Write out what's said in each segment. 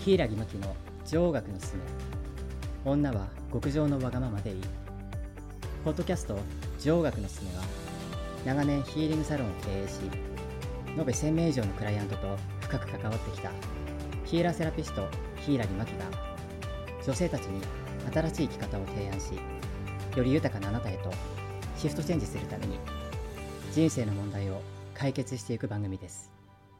柊真希の女王学のすすめ。女は極上のわがままでいい。ポッドキャスト女王学のすすめは、長年ヒーリングサロンを経営し、延べ1000名以上のクライアントと深く関わってきたヒーラーセラピスト柊真希が、女性たちに新しい生き方を提案し、より豊かなあなたへとシフトチェンジするために、人生の問題を解決していく番組です。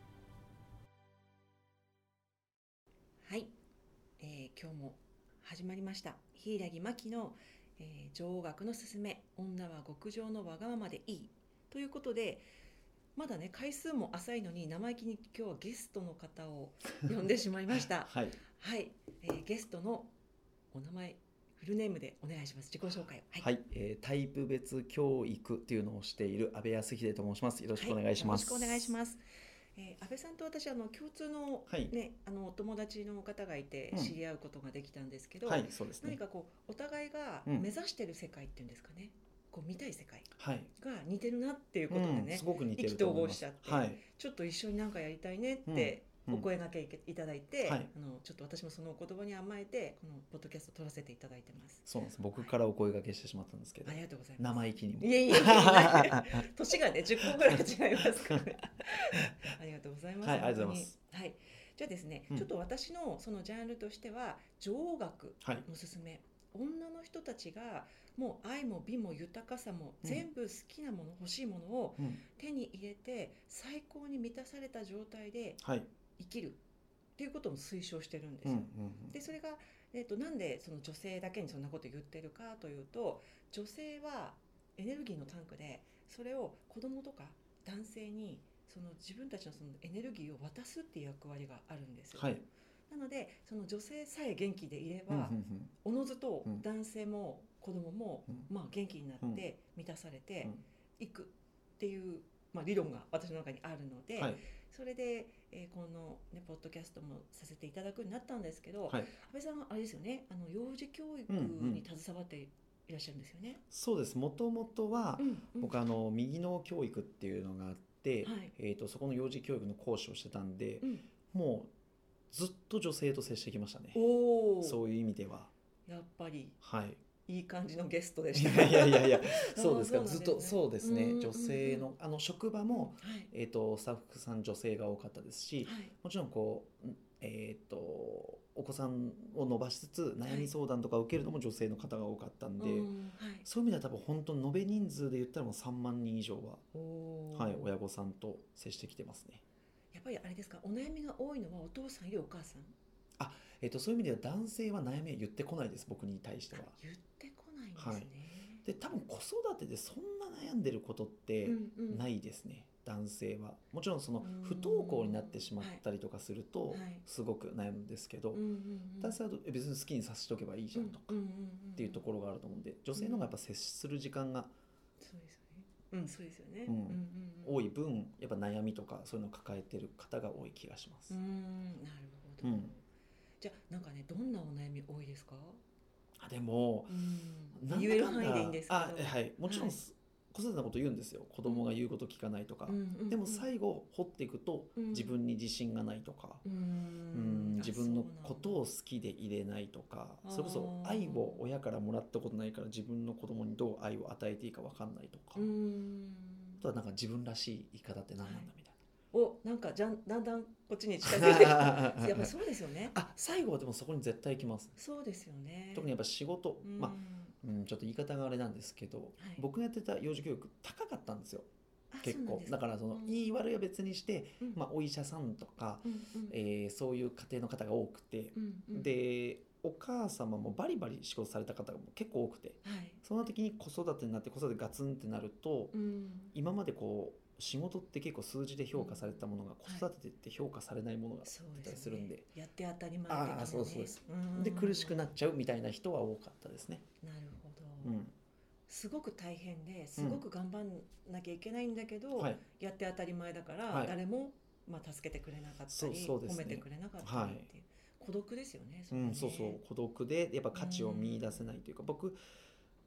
はい、今日も始まりました柊真希の、女王学のすすめ、女は極上のわがままでいいということで、まだね回数も浅いのに生意気に今日はゲストの方を呼んでしまいましたはい、 はい、ゲストのお名前フルネームでお願いします。自己紹介を。 はい、タイプ別教育っていうのをしている阿部康秀と申します。よろしくお願いします。 よろしくお願いします。安倍さんと私共通の、 はいね、お友達の方がいて知り合うことができたんですけど、 はい、そうですね。 何かこうお互いが目指してる世界っていうんですかね、こう見たい世界はいが似てるなっていうことでね、 すごく似て意気投ると思います。 合しちゃって、 はい、 ちょっと一緒に何かやりたいねってお声掛けいただいて、 はい、 ちょっと私もそのお言葉に甘えてこのポッドキャスト撮らせていただいてます。 そうなんです。僕からお声掛けしてしまったんですけど、 ありがとうございます。 生意気にも。 いえいえ年がね10個ぐらい違いますからねありがとうございます。 はい、ありがとうございます。 はい、じゃあですね、 ちょっと私のそのジャンルとしては女王学のすすめ、女の人たちがもう愛も美も豊かさも全部好きなもの、欲しいものを手に入れて最高に満たされた状態で生きるっていうことも推奨してるんですよ。でそれが、なんでその女性だけにそんなこと言ってるかというと、女性はエネルギーのタンクで、それを子供とか男性にその自分たちのそのエネルギーを渡すっていう役割があるんですよ。なのでその女性さえ元気でいれば、おのずと男性も子供も、元気になって満たされていくっていう、理論が私の中にあるので、それで、この、ね、ポッドキャストもさせていただくようになったんですけど、安倍さんはあれですよね、幼児教育に携わっていらっしゃるんですよね。 そうです。もともとは、僕右脳教育っていうのがあって、そこの幼児教育の講師をしてたんで、もうずっと女性と接してきましたね。そういう意味ではやっぱり、 いい感じのゲストでした。 いやそうですか。ずっとそうですね。女性の職場も、スタッフさん女性が多かったですし、もちろんこうお子さんを伸ばしつつ悩み相談とか受けるのも女性の方が多かったんで、そういう意味では多分本当に延べ人数で言ったらもう3万人以上は、親御さんと接してきてますね。 やっぱりあれですか、お悩みが多いのはお父さんよりお母さん？ そういう意味では男性は悩みは言ってこないです。僕に対しては言ってこないんですね。 で多分子育てでそんな悩んでることってないですね。男性はもちろんその不登校になってしまったりとかするとすごく悩むんですけど、男性は別に好きにさせておけばいいじゃんとかっていうところがあると思うんで、女性の方がやっぱ接する時間がそうですよね。 多い分やっぱ悩みとかそういうのを抱えてる方が多い気がします。 なるほど。じゃあなんかね、どんなお悩み多いですか？ でも言える範囲でいいんですけど、 もちろん子育てのこと言うんですよ。子供が言うこと聞かないとか、でも最後掘っていくと自分に自信がないとか、自分のことを好きでいれないとか、それこそ愛を親からもらったことないから自分の子供にどう愛を与えていいか分かんないとか、あとはなんか自分らしい生き方って何なんだみたいな。 なんかだんだんこっちに近づいてきたやっぱそうですよね。 最後はでもそこに絶対行きます。 そうですよね。 特にやっぱ仕事、ちょっと言い方があれなんですけど、僕がやってた幼児教育高かったんですよ。結構だからその言い悪いは別にして、お医者さんとか、そういう家庭の方が多くて、でお母様もバリバリ仕事された方が結構多くて、そんな時に子育てになって子育てガツンってなると、今までこう仕事って結構数字で評価されたものが子育てって評価されないものが出たりするんで、 やって当たり前的なね。そうです。で苦しくなっちゃうみたいな人は多かったですね。 なるほど。すごく大変ですごく頑張んなきゃいけないんだけど、やって当たり前だから誰も助けてくれなかったり褒めてくれなかったりっていう孤独ですよね。 孤独でやっぱ価値を見出せないというか、僕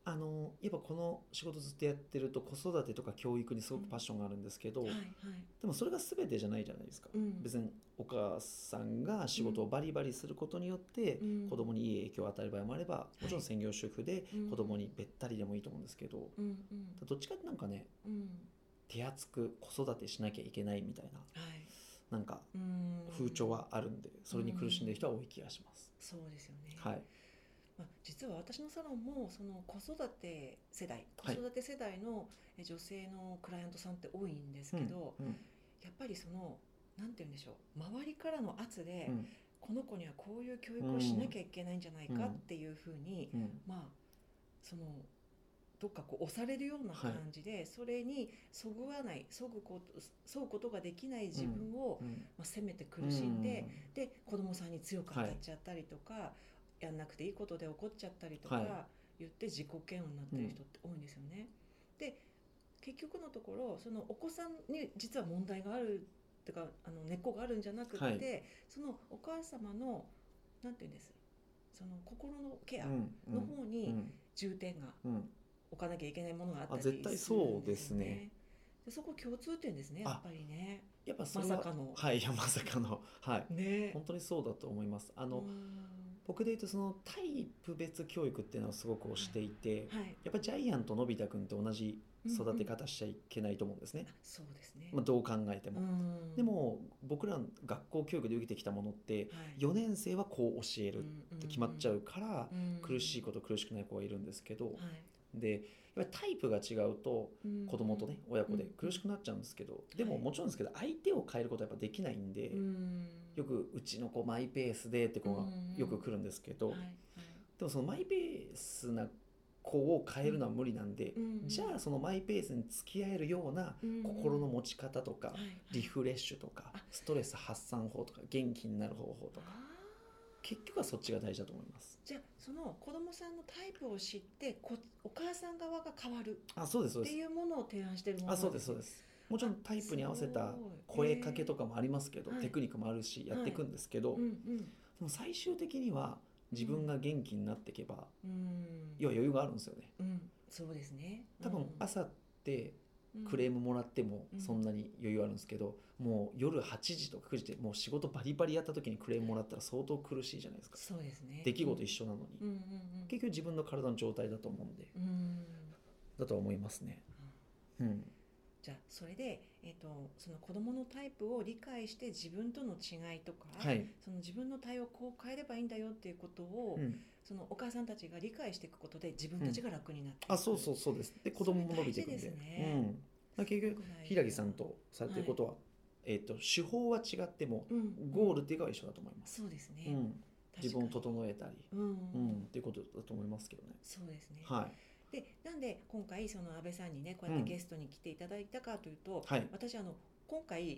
やっぱこの仕事ずっとやってると子育てとか教育にすごくパッションがあるんですけど、 はいはい、 でもそれが全てじゃないじゃないですか、別にお母さんが仕事をバリバリすることによって子供にいい影響を与える場合もあれば、もちろん専業主婦で子供にべったりでもいいと思うんですけど、どっちかってなんかね、手厚く子育てしなきゃいけないみたいな、なんか風潮はあるんで、それに苦しんでる人は多い気がします。 そうですよね。 はい。 実は私のサロンもその子育て世代の女性のクライアントさんって多いんですけど、やっぱりそのなんて言うんでしょう、周りからの圧で、この子にはこういう教育をしなきゃいけないんじゃないかっていうふうに、そのどっかこう押されるような感じで、それにそぐことができない自分を、責めて苦しんで、で子供さんに強く当たっちゃったりとか、やんなくていいことで怒っちゃったりとか言って自己嫌悪になってる人って多いんですよね。で結局のところ、そのお子さんに実は問題があるとか根っこがあるんじゃなくて、そのお母様のなんていうんです、その心のケアの方に重点が置かなきゃいけないものがあったりするんですよね。 絶対そうですね。 でそこ共通点ですね、やっぱりね。 やっぱそれはまさかの、ね、本当にそうだと思います。僕で言うとそのタイプ別教育っていうのをすごく推していて、やっぱりジャイアントのび太くんと同じ育て方しちゃいけないと思うんですね。 そうですね。 どう考えても。でも僕ら学校教育で受けてきたものって、4年生はこう教えるって決まっちゃうから、苦しい子と苦しくない子がいるんですけど、でやっぱりタイプが違うと子供とね、親子で苦しくなっちゃうんですけど、でももちろんですけど相手を変えることはやっぱできないんで、よくうちの子マイペースでって子がよく来るんですけど、でもそのマイペースな子を変えるのは無理なんで、じゃあそのマイペースに付き合えるような心の持ち方とか、リフレッシュとか、ストレス発散法とか、元気になる方法とか、結局はそっちが大事だと思います。 じゃあその子どもさんのタイプを知ってお母さん側が変わるっていうものを提案してるものなんです。 そうです。もちろんタイプに合わせた声かけとかもありますけど、テクニックもあるしやっていくんですけど、でも最終的には自分が元気になっていけば、要は余裕があるんですよね。 そうですね。 多分朝ってクレームもらってもそんなに余裕あるんですけど、もう夜8時とか9時でもう仕事バリバリやった時にクレームもらったら相当苦しいじゃないですか。 そうですね。 出来事一緒なのに、結局自分の体の状態だと思うんで、だと思いますね。 じゃあそれで、その子どものタイプを理解して自分との違いとか、その自分の対応をこう変えればいいんだよっていうことを、そのお母さんたちが理解していくことで自分たちが楽になっていく。 そうです。で子どもも伸びていくんで、結局平木さんとされてることは、手法は違っても、ゴールっていうのは一緒だと思います。 そうですね。 自分を整えたり、っていうことだと思いますけどね。 そうですね。でなんで今回その安倍さんにねこうやってゲストに来ていただいたかというと、私今回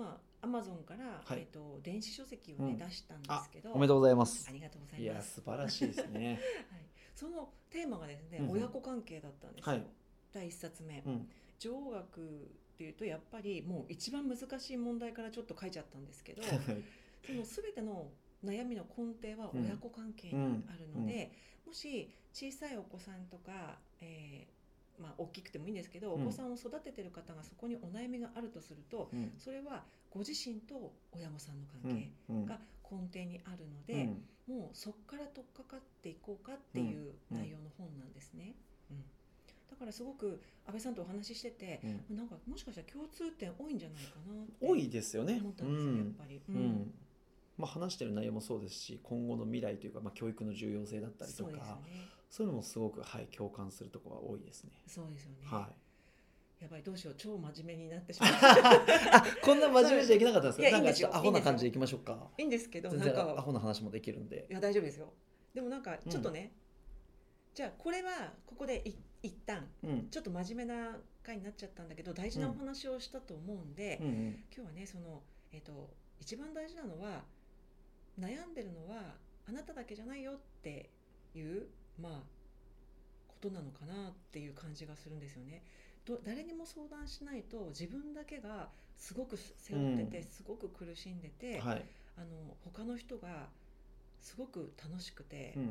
Amazon から、電子書籍をね、出したんですけど、 おめでとうございます。 ありがとうございます。 いや素晴らしいですね。 そのテーマがですね、親子関係だったんですよ。第1冊目、女王学っていうとやっぱりもう一番難しい問題からちょっと書いちゃったんですけど、その全ての悩みの根底は親子関係にあるので、もし小さいお子さんとか、大きくてもいいんですけど、お子さんを育ててる方がそこにお悩みがあるとすると、それはご自身と親御さんの関係が根底にあるので、もうそこから取っかかっていこうかっていう内容の本なんですね。だからすごく安倍さんとお話ししてて、なんかもしかしたら共通点多いんじゃないかなって多いですよね。 思ったんですよ、やっぱり。 話してる内容もそうですし、今後の未来というか、教育の重要性だったりとか、そういうのもすごく、共感するところが多いですね。 そうですよね。やばい、どうしよう、超真面目になってしまう。 こんな真面目じゃいけなかったんですか？なんかちょっとアホな感じでいきましょうか。 いいんですけど、 全然アホな話もできるんで。 いや大丈夫ですよ。でもなんかちょっとね、じゃあこれはここで一旦ちょっと真面目な回になっちゃったんだけど、大事なお話をしたと思うんで、今日はねその一番大事なのは、悩んでるのはあなただけじゃないよっていうことなのかなっていう感じがするんですよね。誰にも相談しないと自分だけがすごく背負ってて、すごく苦しんでて、他の人がすごく楽しくて、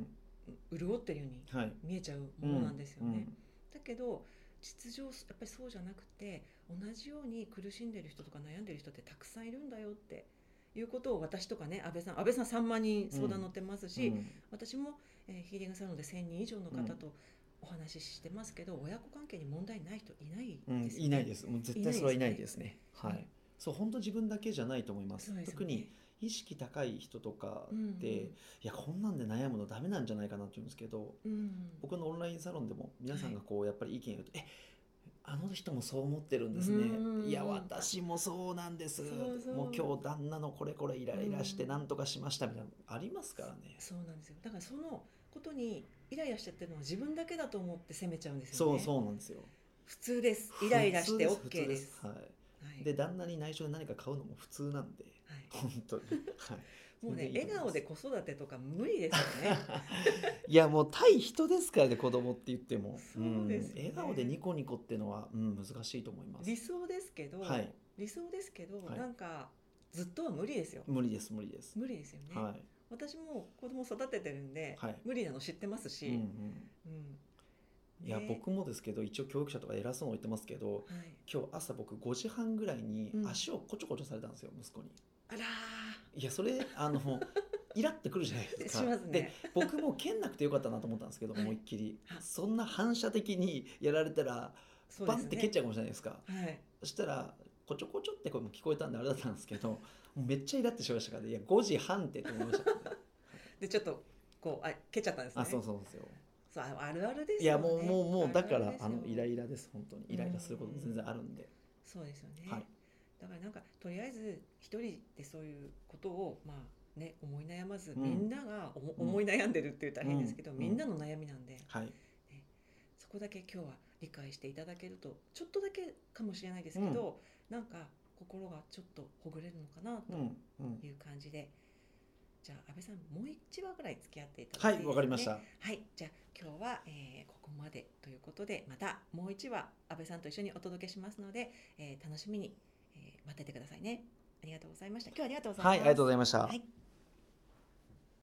潤ってるように見えちゃうものなんですよね、だけど実情やっぱりそうじゃなくて、同じように苦しんでる人とか悩んでる人ってたくさんいるんだよっていうことを、私とかね、安倍さん3万人相談乗ってますし、私も、ヒーリングサロンで1000人以上の方とお話ししてますけど、親子関係に問題ない人いないですよね。 いないです。もう絶対それはいないですね。はい。そう本当自分だけじゃないと思います。特に意識高い人とかって、いやこんなんで悩むのダメなんじゃないかなって言うんですけど、僕のオンラインサロンでも皆さんがこうやっぱり意見言うと、あの人もそう思ってるんですね。いや私もそうなんです。もう今日旦那のこれイライラして何とかしましたみたいなのありますからね。 そうなんですよ。だからそのことにイライラしちゃってるのは自分だけだと思って責めちゃうんですよね。 そうなんですよ。 普通です。イライラして OK です。 はい。で旦那に内緒で何か買うのも普通なんで、本当に。はい。 もうね、笑顔で子育てとか無理ですよね。 いやもう対人ですからね、子供って言っても。 そうですね。 笑顔でニコニコっていうのは、難しいと思います。 理想ですけど、なんかずっとは無理ですよ。 無理ですよね。 はい。私も子供育ててるんで、無理なの知ってますし。 いや僕もですけど、一応教育者とか偉そうに言ってますけど、今日朝僕5時半ぐらいに足をコチョコチョされたんですよ、息子に。 あらいやそれイラってくるじゃないですか。 しますね。 で僕も蹴んなくてよかったなと思ったんですけど、思いっきりそんな反射的にやられたらバンって蹴っちゃうかもしれないですか。そしたらコチョコチョって声も聞こえたんであれだったんですけど、もうめっちゃイラってしまいましたから、いや5時半って思いましたね。 でちょっとこう蹴っちゃったんですね。 そうですよ。 そうあるあるですよね。 いやもうだからイライラです。本当にイライラすることも全然あるんで。 そうですよね。だからなんかとりあえず一人でそういうことを思い悩まず、みんなが思い悩んでるって言ったら変ですけど、みんなの悩みなんで、そこだけ今日は理解していただけると、ちょっとだけかもしれないですけど、なんか心がちょっとほぐれるのかなという感じで、じゃあ安倍さんもう1話ぐらい付き合っていただいて、 わかりました。 じゃあ今日は、ここまでということで、またもう1話安倍さんと一緒にお届けしますので、楽しみに、待っててくださいね。ありがとうございました。今日はありがとうございます。 ありがとうございました。